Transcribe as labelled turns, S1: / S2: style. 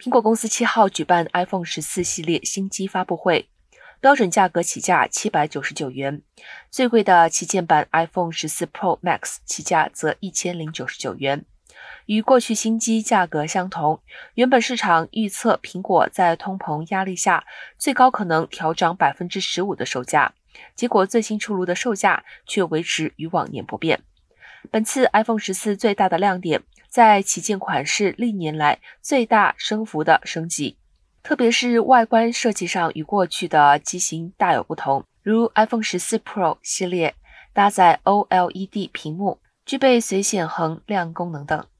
S1: 苹果公司7号举办 iPhone 14系列新机发布会，标准价格起价799元，最贵的旗舰版 iPhone 14 Pro Max 起价则1099元。与过去新机价格相同，原本市场预测苹果在通膨压力下最高可能调涨15%的售价，结果最新出炉的售价却维持与往年不变。本次 iPhone 14最大的亮点在旗舰款式历年来最大升幅的升级，特别是外观设计上与过去的机型大有不同，如 iPhone 14 Pro 系列搭载 OLED 屏幕，具备随显衡亮功能等。